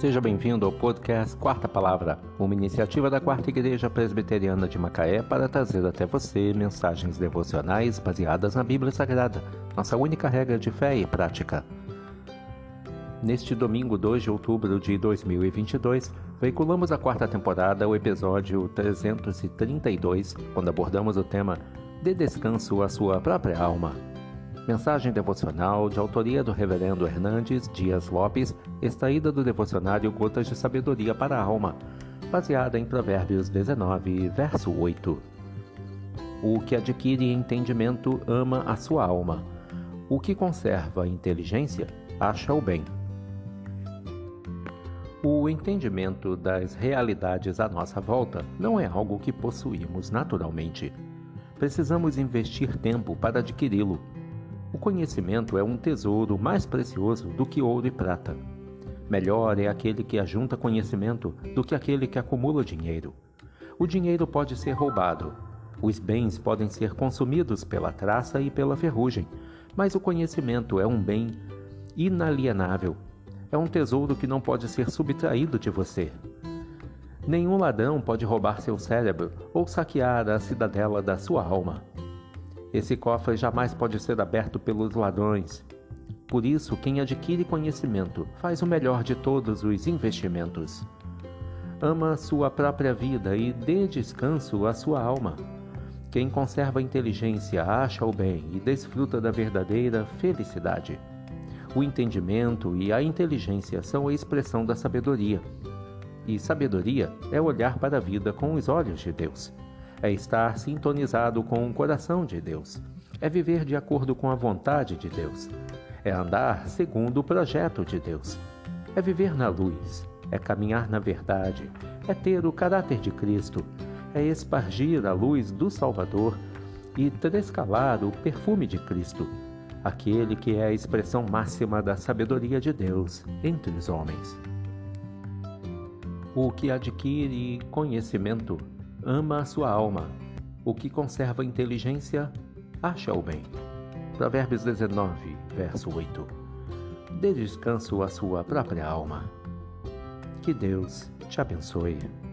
Seja bem-vindo ao podcast Quarta Palavra, uma iniciativa da Quarta Igreja Presbiteriana de Macaé para trazer até você mensagens devocionais baseadas na Bíblia Sagrada, nossa única regra de fé e prática. Neste domingo, 2 de outubro de 2022, veiculamos a quarta temporada, o episódio 332, quando abordamos o tema Dê descanso à sua própria alma. Mensagem devocional de autoria do Reverendo Hernandes Dias Lopes, extraída do devocionário Gotas de Sabedoria para a Alma, baseada em Provérbios 19, verso 8. O que adquire entendimento ama a sua alma. O que conserva inteligência acha o bem. O entendimento das realidades à nossa volta não é algo que possuímos naturalmente. Precisamos investir tempo para adquiri-lo. O conhecimento é um tesouro mais precioso do que ouro e prata. Melhor é aquele que ajunta conhecimento do que aquele que acumula dinheiro. O dinheiro pode ser roubado. Os bens podem ser consumidos pela traça e pela ferrugem, mas o conhecimento é um bem inalienável. É um tesouro que não pode ser subtraído de você. Nenhum ladrão pode roubar seu cérebro ou saquear a cidadela da sua alma. Esse cofre jamais pode ser aberto pelos ladrões. Por isso, quem adquire conhecimento faz o melhor de todos os investimentos. Ama sua própria vida e dê descanso à sua alma. Quem conserva a inteligência acha o bem e desfruta da verdadeira felicidade. O entendimento e a inteligência são a expressão da sabedoria. E sabedoria é olhar para a vida com os olhos de Deus. É estar sintonizado com o coração de Deus. É viver de acordo com a vontade de Deus. É andar segundo o projeto de Deus. É viver na luz. É caminhar na verdade. É ter o caráter de Cristo. É espargir a luz do Salvador e trescalar o perfume de Cristo, aquele que é a expressão máxima da sabedoria de Deus entre os homens. O que adquire conhecimento ama a sua alma. O que conserva inteligência acha o bem. Provérbios 19, verso 8. Dê descanso à sua própria alma. Que Deus te abençoe.